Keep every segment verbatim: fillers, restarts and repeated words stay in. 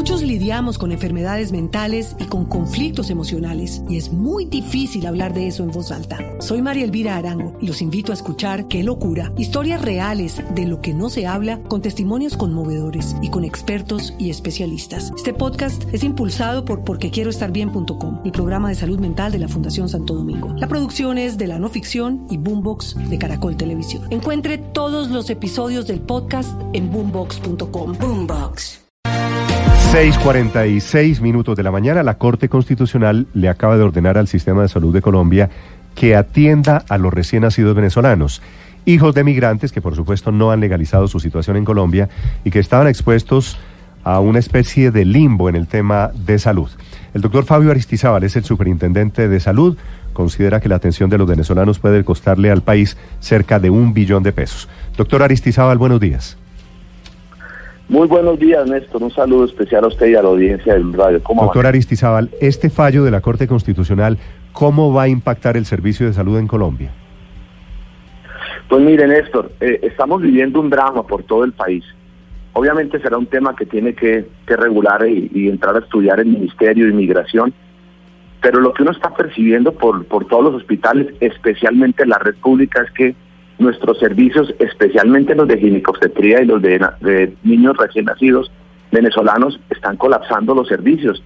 Muchos lidiamos con enfermedades mentales y con conflictos emocionales, y es muy difícil hablar de eso en voz alta. Soy María Elvira Arango y los invito a escuchar Qué Locura, historias reales de lo que no se habla, con testimonios conmovedores y con expertos y especialistas. Este podcast es impulsado por porque quiero estar bien punto com, el programa de salud mental de la Fundación Santo Domingo. La producción es de La No Ficción y Boombox de Caracol Televisión. Encuentre todos los episodios del podcast en boombox punto com. Boombox. seis cuarenta y seis minutos de la mañana, la Corte Constitucional le acaba de ordenar al Sistema de Salud de Colombia que atienda a los recién nacidos venezolanos, hijos de migrantes que por supuesto no han legalizado su situación en Colombia y que estaban expuestos a una especie de limbo en el tema de salud. El doctor Fabio Aristizábal es el superintendente de salud, considera que la atención de los venezolanos puede costarle al país cerca de un billón de pesos. Doctor Aristizábal, buenos días. Muy buenos días, Néstor. Un saludo especial a usted y a la audiencia del radio. ¿Cómo Doctor Aristizábal, este fallo de la Corte Constitucional, ¿cómo va a impactar el servicio de salud en Colombia? Pues mire, Néstor, eh, estamos viviendo un drama por todo el país. Obviamente será un tema que tiene que, que regular y, y entrar a estudiar el Ministerio de Inmigración, pero lo que uno está percibiendo por, por todos los hospitales, especialmente en la red pública, es que nuestros servicios, especialmente los de ginecobstetría y los de, de niños recién nacidos venezolanos, están colapsando los servicios.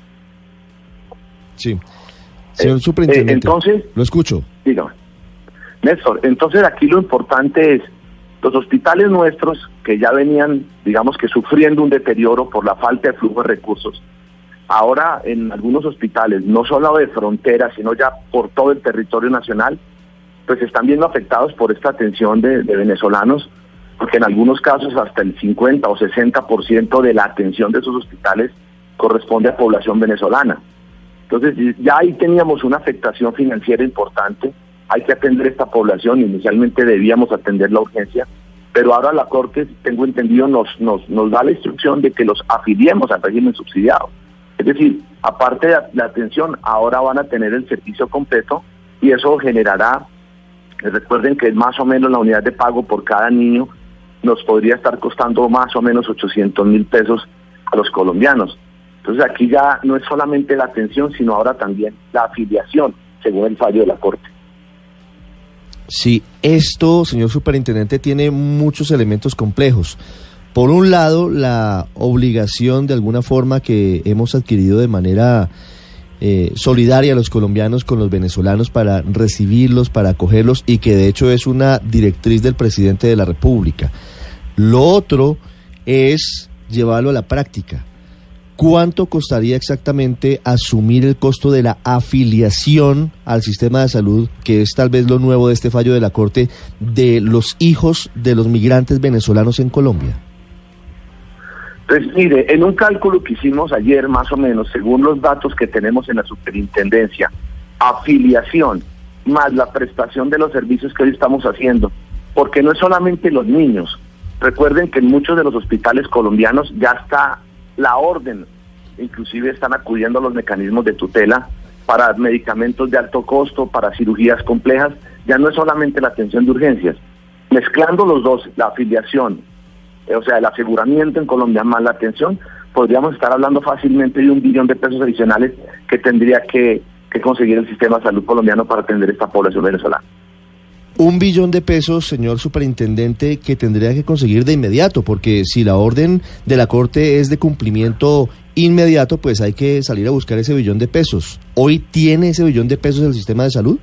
Sí. Señor eh, superintendente, eh, entonces, lo escucho. Dígame. Néstor, entonces aquí lo importante es, los hospitales nuestros, que ya venían, digamos que sufriendo un deterioro por la falta de flujo de recursos, ahora en algunos hospitales, no solo de frontera, sino ya por todo el territorio nacional, pues se están viendo afectados por esta atención de, de venezolanos, porque en algunos casos hasta el cincuenta o sesenta por ciento de la atención de esos hospitales corresponde a población venezolana. Entonces ya ahí teníamos una afectación financiera importante, hay que atender esta población, inicialmente debíamos atender la urgencia, pero ahora la Corte, tengo entendido, nos, nos, nos da la instrucción de que los afiliemos al régimen subsidiado. Es decir, aparte de la atención, ahora van a tener el servicio completo y eso generará. Recuerden que más o menos la unidad de pago por cada niño nos podría estar costando más o menos ochocientos mil pesos a los colombianos. Entonces aquí ya no es solamente la atención, sino ahora también la afiliación, según el fallo de la Corte. Sí, esto, señor superintendente, tiene muchos elementos complejos. Por un lado, la obligación de alguna forma que hemos adquirido de manera Eh, solidaria a los colombianos con los venezolanos para recibirlos, para acogerlos, y que de hecho es una directriz del presidente de la República. Lo otro es llevarlo a la práctica. ¿Cuánto costaría exactamente asumir el costo de la afiliación al sistema de salud, que es tal vez lo nuevo de este fallo de la Corte, de los hijos de los migrantes venezolanos en Colombia? Pues mire, en un cálculo que hicimos ayer, más o menos, según los datos que tenemos en la superintendencia, afiliación más la prestación de los servicios que hoy estamos haciendo, porque no es solamente los niños. Recuerden que en muchos de los hospitales colombianos ya está la orden, inclusive están acudiendo a los mecanismos de tutela para medicamentos de alto costo, para cirugías complejas, ya no es solamente la atención de urgencias. Mezclando los dos, la afiliación, o sea, el aseguramiento en Colombia más la atención, podríamos estar hablando fácilmente de un billón de pesos adicionales que tendría que, que conseguir el sistema de salud colombiano para atender esta población venezolana. Un billón de pesos, señor superintendente, que tendría que conseguir de inmediato, porque si la orden de la Corte es de cumplimiento inmediato, pues hay que salir a buscar ese billón de pesos. ¿Hoy tiene ese billón de pesos el sistema de salud?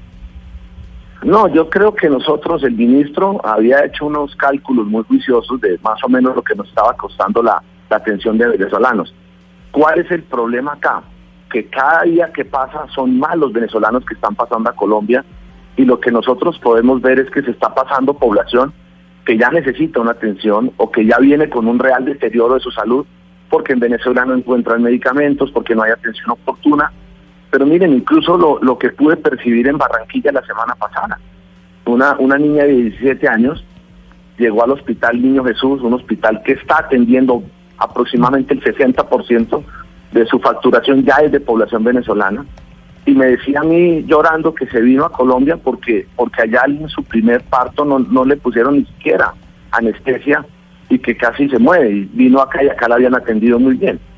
No, yo creo que nosotros, el ministro había hecho unos cálculos muy juiciosos de más o menos lo que nos estaba costando la, la atención de venezolanos. ¿Cuál es el problema acá? Que cada día que pasa son más los venezolanos que están pasando a Colombia, y lo que nosotros podemos ver es que se está pasando población que ya necesita una atención o que ya viene con un real deterioro de su salud, porque en Venezuela no encuentran medicamentos, porque no hay atención oportuna. Pero miren, incluso lo, lo que pude percibir en Barranquilla la semana pasada. Una, una niña de diecisiete años llegó al Hospital Niño Jesús, un hospital que está atendiendo aproximadamente el sesenta por ciento de su facturación ya es de población venezolana, y me decía a mí llorando que se vino a Colombia porque porque allá en su primer parto no, no le pusieron ni siquiera anestesia y que casi se muere, y vino acá y acá la habían atendido muy bien.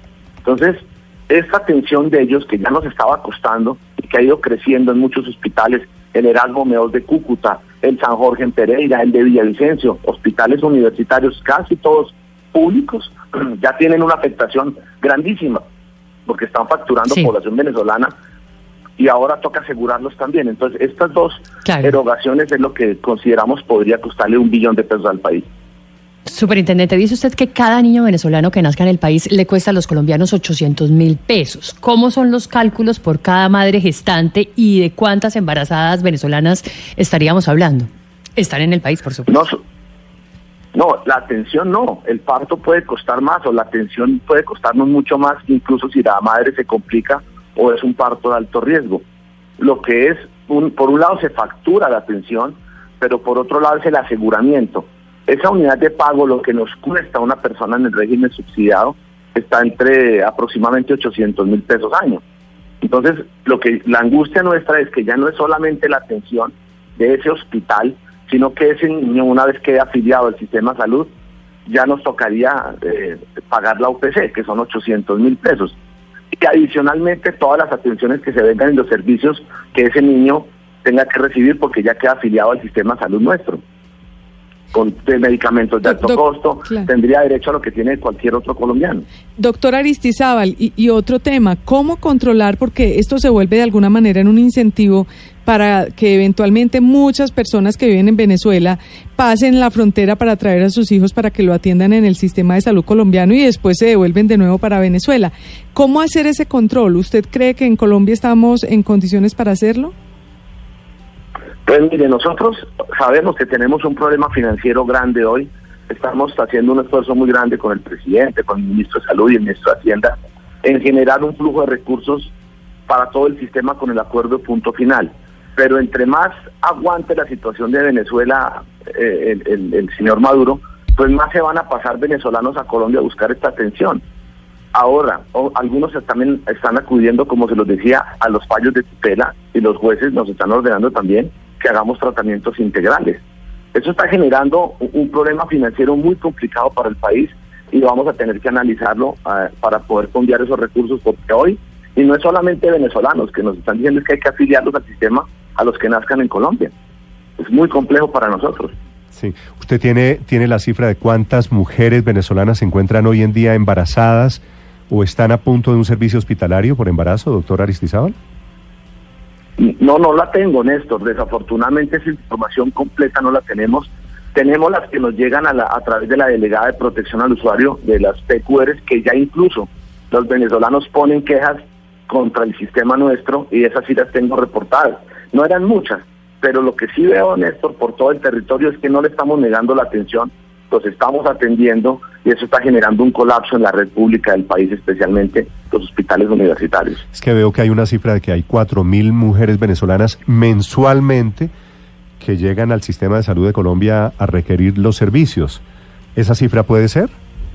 Entonces, esta atención de ellos, que ya nos estaba costando y que ha ido creciendo en muchos hospitales, el Erasmo Meos de Cúcuta, el San Jorge en Pereira, el de Villavicencio, hospitales universitarios, casi todos públicos, ya tienen una afectación grandísima, porque están facturando sí. población venezolana, y ahora toca asegurarlos también. Entonces, estas dos claro. erogaciones es lo que consideramos podría costarle un billón de pesos al país. Superintendente, dice usted que cada niño venezolano que nazca en el país le cuesta a los colombianos ochocientos mil pesos. ¿Cómo son los cálculos por cada madre gestante y de cuántas embarazadas venezolanas estaríamos hablando? Están en el país, por supuesto. No, no, la atención no. El parto puede costar más o la atención puede costarnos mucho más, incluso si la madre se complica o es un parto de alto riesgo. Lo que es, un, por un lado se factura la atención, pero por otro lado es el aseguramiento. Esa unidad de pago, lo que nos cuesta a una persona en el régimen subsidiado, está entre aproximadamente ochocientos mil pesos año. Entonces, lo que la angustia nuestra es que ya no es solamente la atención de ese hospital, sino que ese niño, una vez quede afiliado al sistema de salud, ya nos tocaría eh, pagar la U P C, que son ochocientos mil pesos. Y adicionalmente todas las atenciones que se vengan en los servicios que ese niño tenga que recibir porque ya queda afiliado al sistema de salud nuestro. Con de medicamentos de alto Doc, costo, claro. tendría derecho a lo que tiene cualquier otro colombiano. Doctor Aristizábal, y, y otro tema, ¿cómo controlar? Porque esto se vuelve de alguna manera en un incentivo para que eventualmente muchas personas que viven en Venezuela pasen la frontera para traer a sus hijos para que lo atiendan en el sistema de salud colombiano y después se devuelven de nuevo para Venezuela. ¿Cómo hacer ese control? ¿Usted cree que en Colombia estamos en condiciones para hacerlo? Pues mire, nosotros sabemos que tenemos un problema financiero grande hoy. Estamos haciendo un esfuerzo muy grande con el presidente, con el ministro de Salud y el ministro de Hacienda, en generar un flujo de recursos para todo el sistema con el acuerdo punto final. Pero entre más aguante la situación de Venezuela eh, el, el, el señor Maduro, pues más se van a pasar venezolanos a Colombia a buscar esta atención. Ahora, o, algunos también están acudiendo, como se los decía, a los fallos de tutela, y los jueces nos están ordenando también que hagamos tratamientos integrales. Eso está generando un, un problema financiero muy complicado para el país y vamos a tener que analizarlo uh, para poder fondear esos recursos, porque hoy, y no es solamente venezolanos que nos están diciendo, es que hay que afiliarlos al sistema a los que nazcan en Colombia. Es muy complejo para nosotros. Sí. ¿Usted tiene, tiene la cifra de cuántas mujeres venezolanas se encuentran hoy en día embarazadas o están a punto de un servicio hospitalario por embarazo, doctor Aristizábal? No, no la tengo, Néstor. Desafortunadamente esa información completa no la tenemos. Tenemos las que nos llegan a, la, a través de la Delegada de Protección al Usuario, de las P Q Rs, que ya incluso los venezolanos ponen quejas contra el sistema nuestro, y esas sí las tengo reportadas. No eran muchas, pero lo que sí veo, Néstor, por todo el territorio es que no le estamos negando la atención, los estamos atendiendo, y eso está generando un colapso en la red pública del país, especialmente los hospitales universitarios. Es que veo que hay una cifra de que hay cuatro mil mujeres venezolanas mensualmente que llegan al sistema de salud de Colombia a requerir los servicios. ¿Esa cifra puede ser?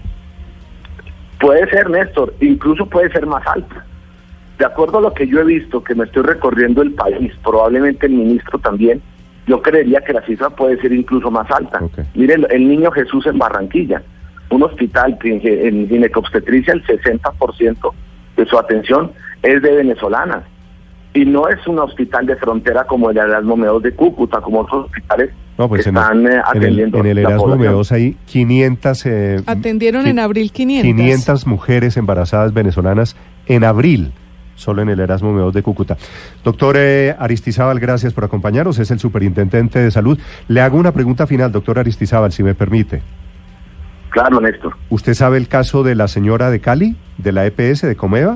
Puede ser, Néstor, incluso puede ser más alta. De acuerdo a lo que yo he visto, que me estoy recorriendo el país, probablemente el ministro también, yo creería que la cifra puede ser incluso más alta. Okay. Miren, el Niño Jesús en Barranquilla, un hospital que en ginecobstetricia el sesenta por ciento de su atención es de venezolanas. Y no es un hospital de frontera como el Erasmo Meos de Cúcuta, como otros hospitales no, pues que en están el, atendiendo. En el, en el Erasmo Meos hay quinientas... Eh, Atendieron en abril quinientas. quinientas mujeres embarazadas venezolanas en abril, solo en el Erasmo Meos de Cúcuta. Doctor eh, Aristizábal, gracias por acompañarnos, es el superintendente de salud. Le hago una pregunta final, doctor Aristizábal, si me permite. Claro, Néstor. ¿Usted sabe el caso de la señora de Cali, de la E P S, de Comeva?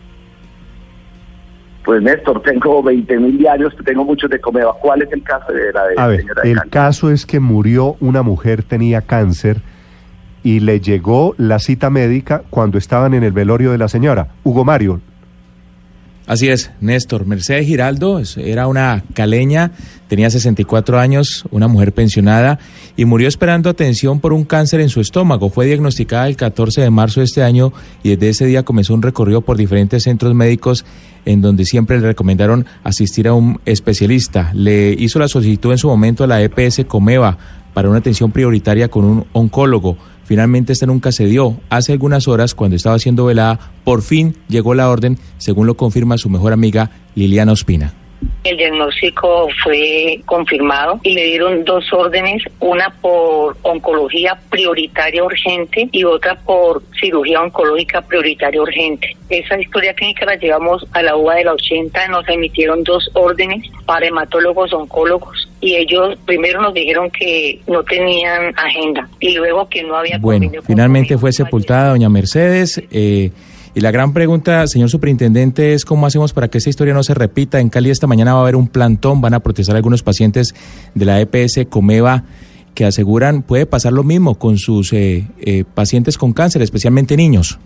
Pues, Néstor, tengo veinte mil diarios, tengo muchos de Comeva. ¿Cuál es el caso de la de, A ver, señora de el Cali? caso es que murió una mujer, tenía cáncer, y le llegó la cita médica cuando estaban en el velorio de la señora. Hugo Mario. Así es, Néstor. Mercedes Giraldo era una caleña, tenía sesenta y cuatro años, una mujer pensionada, y murió esperando atención por un cáncer en su estómago. Fue diagnosticada el catorce de marzo de este año y desde ese día comenzó un recorrido por diferentes centros médicos en donde siempre le recomendaron asistir a un especialista. Le hizo la solicitud en su momento a la E P S Comeva para una atención prioritaria con un oncólogo, Finalmente esta nunca se dio. Hace algunas horas, cuando estaba siendo velada, por fin llegó la orden, según lo confirma su mejor amiga Liliana Ospina. El diagnóstico fue confirmado y le dieron dos órdenes, una por oncología prioritaria urgente y otra por cirugía oncológica prioritaria urgente. Esa historia clínica la llevamos a la U A de la ochenta, nos emitieron dos órdenes para hematólogos oncólogos y ellos primero nos dijeron que no tenían agenda y luego que no había... Bueno, finalmente fue sepultada doña Mercedes. Eh, Y la gran pregunta, señor superintendente, es cómo hacemos para que esta historia no se repita. En Cali esta mañana va a haber un plantón, van a protestar algunos pacientes de la E P S Comeva que aseguran puede pasar lo mismo con sus eh, eh, pacientes con cáncer, especialmente niños.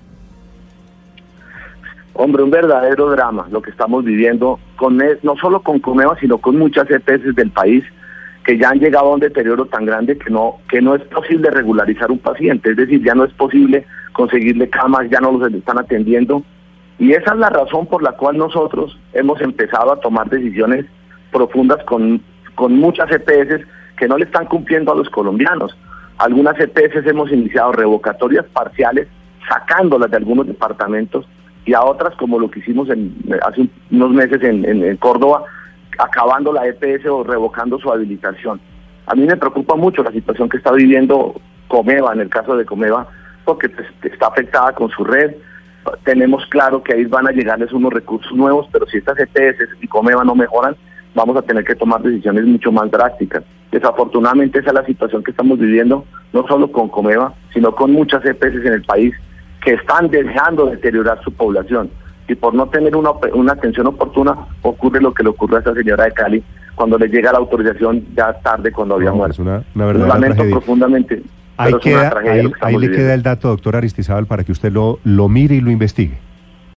Hombre, un verdadero drama lo que estamos viviendo, con no solo con Comeva, sino con muchas E P S del país que ya han llegado a un deterioro tan grande que no que no es posible regularizar un paciente, es decir, ya no es posible conseguirle camas, ya no los están atendiendo, y esa es la razón por la cual nosotros hemos empezado a tomar decisiones profundas con, con muchas E P S que no le están cumpliendo a los colombianos. Algunas E P S hemos iniciado revocatorias parciales, sacándolas de algunos departamentos, y a otras, como lo que hicimos en, hace unos meses en, en, en Córdoba, acabando la E P S o revocando su habilitación. A mí me preocupa mucho la situación que está viviendo Comeva, en el caso de Comeva, porque pues, está afectada con su red. Tenemos claro que ahí van a llegarles unos recursos nuevos, pero si estas E P S y Comeva no mejoran, vamos a tener que tomar decisiones mucho más drásticas. Desafortunadamente esa es la situación que estamos viviendo, no solo con Comeva, sino con muchas E P S en el país que están dejando de deteriorar su población. Y por no tener una, una atención oportuna, ocurre lo que le ocurre a esta señora de Cali, cuando le llega la autorización ya tarde, cuando había no, muerto. Es una, una verdadera Lamento tragedia. profundamente. Ahí, pero queda, es una tragedia ahí, lo que ahí le viviendo. queda el dato, doctor Aristizábal, para que usted lo, lo mire y lo investigue.